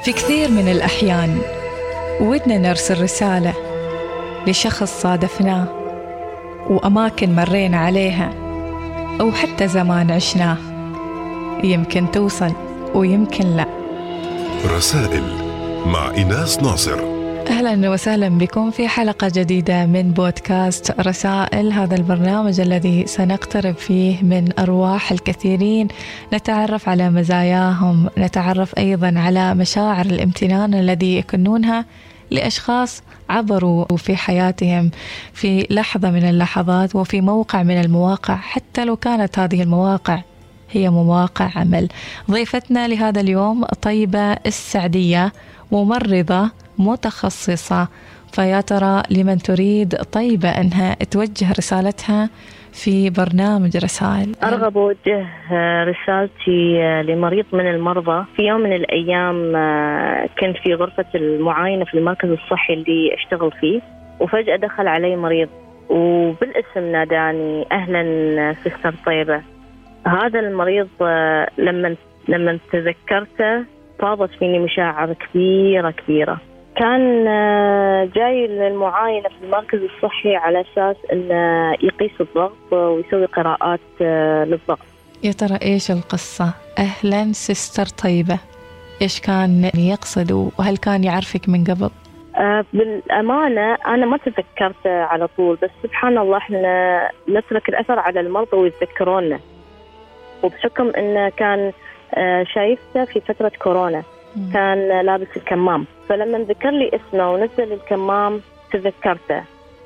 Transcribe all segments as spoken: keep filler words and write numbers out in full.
في كثير من الأحيان ودنا نرسل رسالة لشخص صادفناه وأماكن مرينا عليها أو حتى زمان عشناه، يمكن توصل ويمكن لا. رسائل مع إيناس ناصر. أهلا وسهلا بكم في حلقة جديدة من بودكاست رسائل، هذا البرنامج الذي سنقترب فيه من أرواح الكثيرين، نتعرف على مزاياهم، نتعرف أيضا على مشاعر الامتنان الذي يكنونها لأشخاص عبروا في حياتهم في لحظة من اللحظات وفي موقع من المواقع، حتى لو كانت هذه المواقع هي مواقع عمل. ضيفتنا لهذا اليوم طيبة السعدية، ممرضة متخصصة، فيا ترى لمن تريد طيبة أنها توجه رسالتها في برنامج رسائل؟ أرغب أوجه رسالتي لمريض من المرضى. في يوم من الأيام كنت في غرفة المعاينة في المركز الصحي اللي أشتغل فيه، وفجأة دخل علي مريض وبالاسم ناداني أهلا سيستر طيبة. هذا المريض لما لما تذكرته فاضت فيني مشاعر كبيرة كبيرة. كان جاي للمعاينة في المركز الصحي على أساس أنه يقيس الضغط ويسوي قراءات للضغط. يا ترى إيش القصة؟ أهلا سيستر طيبة، إيش كان يقصد وهل كان يعرفك من قبل؟ أه بالأمانة أنا ما تذكرت على طول، بس سبحان الله إحنا نترك الأثر على المرضى ويتذكرونا، وبحكم أنه كان شايفته في فترة كورونا كان لابس الكمام، فلما ذكر لي اسمه ونزل الكمام تذكرته.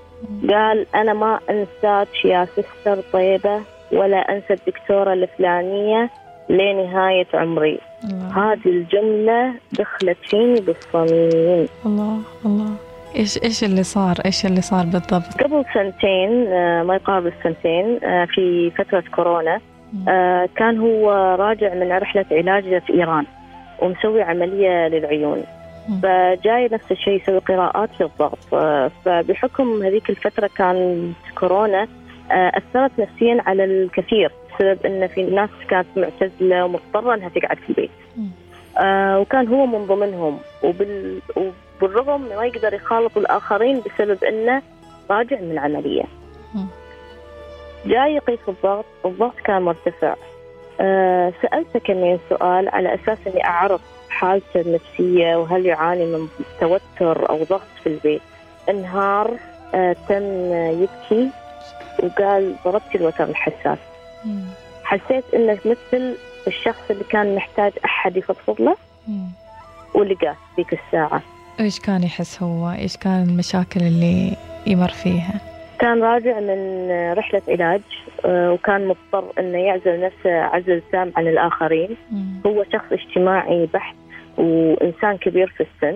قال أنا ما أنساك يا سيستر طيبة ولا أنسى الدكتورة الفلانية لنهاية عمري. الله. هذه الجملة دخلت فيني بالصميم. الله الله. إيش إيش اللي صار؟ إيش اللي صار بالضبط؟ قبل سنتين ما يقارب السنتين في فترة كورونا كان هو راجع من رحلة علاج في إيران ومسوي عملية للعيون، فجاي نفس الشيء يسوي قراءات للضغط. فبحكم هذيك الفترة كان كورونا أثرت نفسيا على الكثير بسبب أن في ناس كانت معتزلة ومضطرة أنها تقعد في البيت، وكان هو من ضمنهم، وبال... وبالرغم ما يقدر يخالط الآخرين بسبب أنه راجع من عملية. جاي يقيس الضغط، الضغط كان مرتفع. أه سألته كمين سؤال على أساس أني أعرف حالته النفسية وهل يعاني من توتر أو ضغط في البيت. انهار، أه تم يبكي وقال ضربت الوتر الحساس. مم. حسيت أنه مثل الشخص اللي كان محتاج أحد يفضفض له ولقاه ذيك الساعة. إيش كان يحس هو؟ إيش كان المشاكل اللي يمر فيها؟ كان راجع من رحلة علاج وكان مضطر أنه يعزل نفسه عزل تام عن الآخرين. مم. هو شخص اجتماعي بحت وإنسان كبير في السن،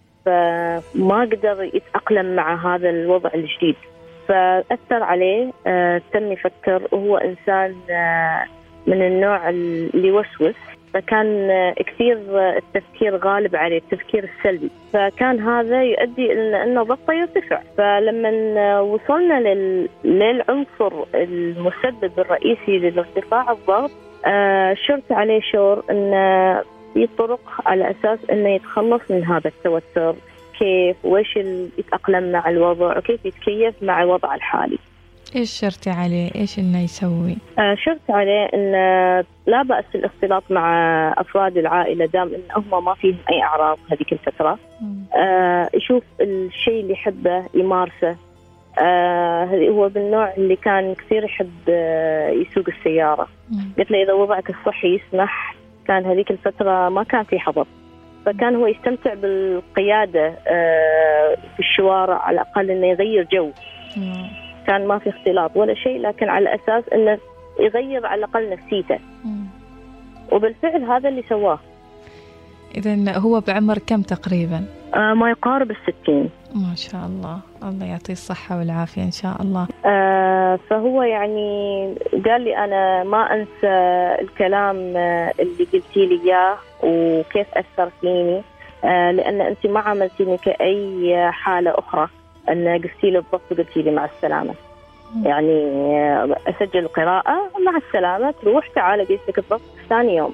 فما قدر يتأقلم مع هذا الوضع الجديد، فأثر عليه. تم يفكر، وهو إنسان من النوع اللي يوسوس، فكان كثير التفكير غالب عليه، التفكير السلبي، فكان هذا يؤدي إلى أنه ضغطه يرتفع. فلما وصلنا لل... للعنصر المسبب الرئيسي للارتفاع الضغط، آه شرت عليه شور أنه في طرق على أساس أنه يتخلص من هذا التوتر، كيف وإيش يتأقلم مع الوضع وكيف يتكيف مع الوضع الحالي. إيش شرتي عليه؟ إيش إنه يسوي؟ آه شرت عليه إن لا بأس الاختلاط مع أفراد العائلة دام إن هم ما فيهم أي أعراض هذيك الفترة. آه يشوف الشيء اللي يحبه يمارسه. آه هو بالنوع اللي كان كثير يحب آه يسوق السيارة. مم. قلت له إذا وضعك الصحي يسمح، كان هذيك الفترة ما كان في حظر، فكان هو يستمتع بالقيادة آه في الشوارع، على الأقل إنه يغير جو. مم. كان ما في اختلاط ولا شيء، لكن على أساس أنه يغير على الأقل نفسيته. مم. وبالفعل هذا اللي سواه. إذن هو بعمر كم تقريبا؟ آه ما يقارب الستين. ما شاء الله، الله يعطيه الصحة والعافية إن شاء الله. آه فهو يعني قال لي أنا ما أنسى الكلام اللي قلتي لي إياه وكيف أثر فيني، آه لأن أنت ما عملتيني كأي حالة أخرى، أن قلتي لي الضغط وقلتي لي مع السلامة. مم. يعني أسجل القراءة مع السلامة، تروح تعال قيس لك الضغط ثاني يوم.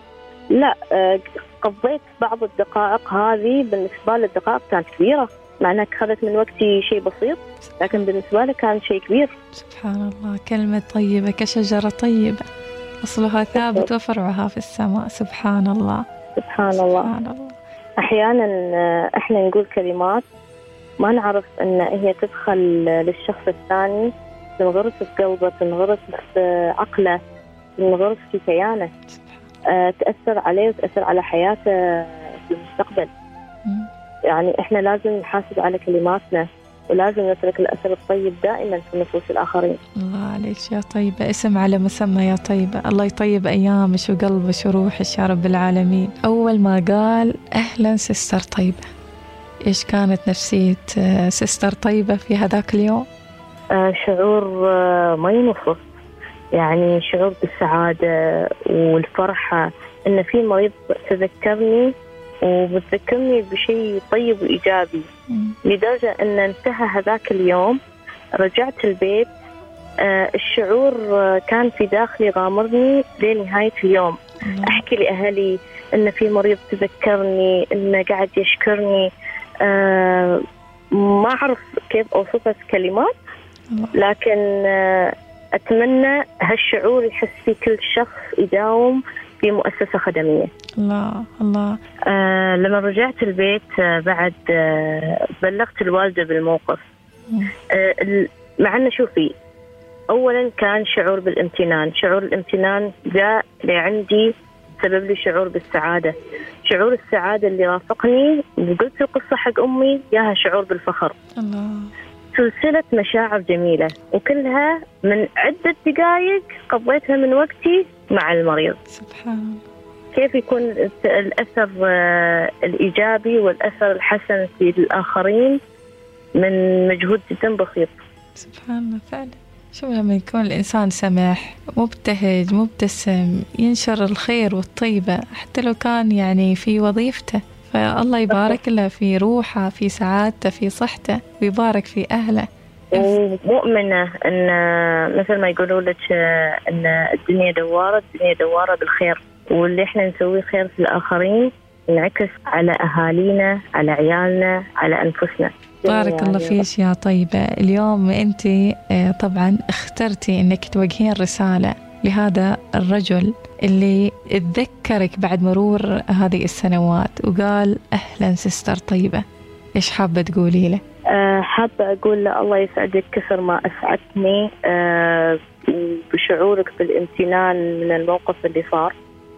لا، قضيت بعض الدقائق هذه، بالنسبة لي الدقائق كانت كبيرة، مع أنها أخذت من وقتي شيء بسيط، لكن بالنسبة لي كان شيء كبير. سبحان الله، كلمة طيبة كشجرة طيبة أصلها ثابت وفرعها في السماء. سبحان الله سبحان الله, سبحان الله. أحيانا إحنا نقول كلمات ما نعرف أن هي تدخل للشخص الثاني، تنغرس في قلبه، تنغرس في عقله، تنغرس في كيانه، أه تأثر عليه وتأثر على حياته في المستقبل. م. يعني إحنا لازم نحاسب على كلماتنا، ولازم نترك الأثر الطيب دائما في نفوس الآخرين. الله عليك يا طيبة، اسم على مسمى يا طيبة. الله يطيب أيامك وقلبك وروحك يا رب العالمين. أول ما قال أهلا سستر طيبة، إيش كانت نفسية سستر طيبة في هذاك اليوم؟ آه شعور آه ما ينوصف، يعني شعور بالسعادة والفرحة إن في مريض تذكرني وبتذكرني بشيء طيب وإيجابي، لدرجة أن انتهى هذاك اليوم. رجعت البيت، آه الشعور آه كان في داخلي غامرني لنهاية اليوم. أحكي لأهلي أن في مريض تذكرني، أنه قاعد يشكرني. آه ما أعرف كيف أوصفه كلمات، لكن آه أتمنى هالشعور يحس فيه كل شخص يداوم في مؤسسة خدمية. الله الله. آه لما رجعت البيت آه بعد آه بلغت الوالدة بالموقف. آه مع أنه شوفي، أولا كان شعور بالامتنان، شعور الامتنان جاء لعندي سبب لي شعور بالسعادة، شعور السعادة اللي رافقني وقلت القصة حق أمي ياها شعور بالفخر. الله. سلسلة مشاعر جميلة وكلها من عدة دقائق قضيتها من وقتي مع المريض. سبحان الله. كيف يكون الأثر الإيجابي والأثر الحسن في الآخرين من مجهود جدا بسيط. سبحان الله فعلا. شو لما يكون الإنسان سمح، مبتهج، مبتسم، ينشر الخير والطيبة حتى لو كان يعني في وظيفته، فالله يبارك له في روحه، في سعادته، في صحته، ويبارك في أهله. ومؤمنة أن مثل ما يقولوا لك أن الدنيا دوارة، الدنيا دوارة بالخير، واللي إحنا نسويه خير في الآخرين ينعكس على أهالينا، على عيالنا، على أنفسنا. بارك يعني الله فيك يا طيبة. اليوم أنت طبعا اخترتي أنك توجهين رسالة لهذا الرجل اللي اتذكرك بعد مرور هذه السنوات وقال أهلا سستر طيبة. إيش حابة تقولي له؟ أه حابة أقول له الله يسعدك كثر ما أسعدتني أه بشعورك بالامتنان من الموقف اللي صار.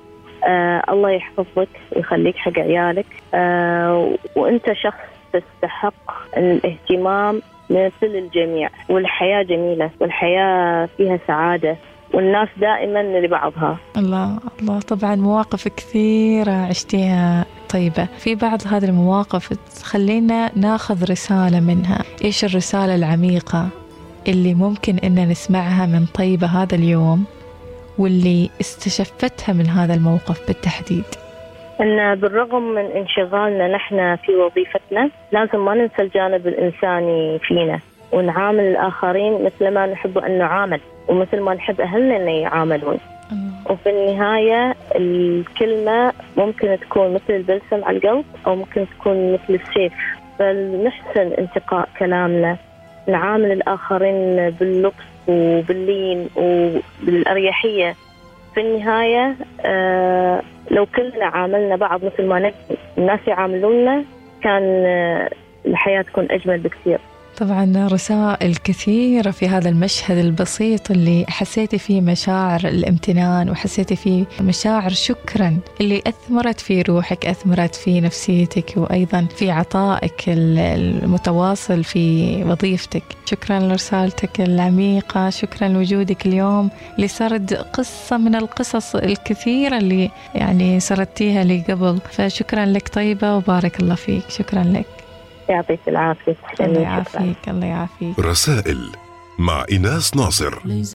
أه الله يحفظك ويخليك حق عيالك. أه وأنت شخص تستحق الاهتمام من كل الجميع، والحياة جميلة والحياة فيها سعادة والناس دائما لبعضها. الله الله. طبعا مواقف كثيرة عشتيها طيبة، في بعض هذه المواقف تخلينا ناخذ رسالة منها. إيش الرسالة العميقة اللي ممكن إن نسمعها من طيبة هذا اليوم واللي استشفتها من هذا الموقف بالتحديد؟ أن بالرغم من انشغالنا نحن في وظيفتنا لازم ما ننسى الجانب الإنساني فينا، ونعامل الآخرين مثل ما نحب أن نعامل، ومثل ما نحب أهلنا أن يعاملون. وفي النهاية الكلمة ممكن تكون مثل البلسم على القلب أو ممكن تكون مثل السيف، فلنحسن انتقاء كلامنا، نعامل الآخرين باللطف وباللين وبالأريحية. في النهاية آه لو كلنا عاملنا بعض مثل ما الناس يعاملوننا كان آه الحياة تكون أجمل بكثير. طبعا رسائل كثيرة في هذا المشهد البسيط اللي حسيتي فيه مشاعر الامتنان وحسيتي فيه مشاعر شكرا اللي أثمرت في روحك، أثمرت في نفسيتك، وأيضا في عطائك المتواصل في وظيفتك. شكرا لرسالتك العميقة، شكرا لوجودك اليوم لسرد قصة من القصص الكثيرة اللي يعني سردتيها لي قبل. فشكرا لك طيبة وبارك الله فيك. شكرا لك. يعطيك العافية. الله يعافيك. الله يعافيك. رسائل مع إيناس ناصر.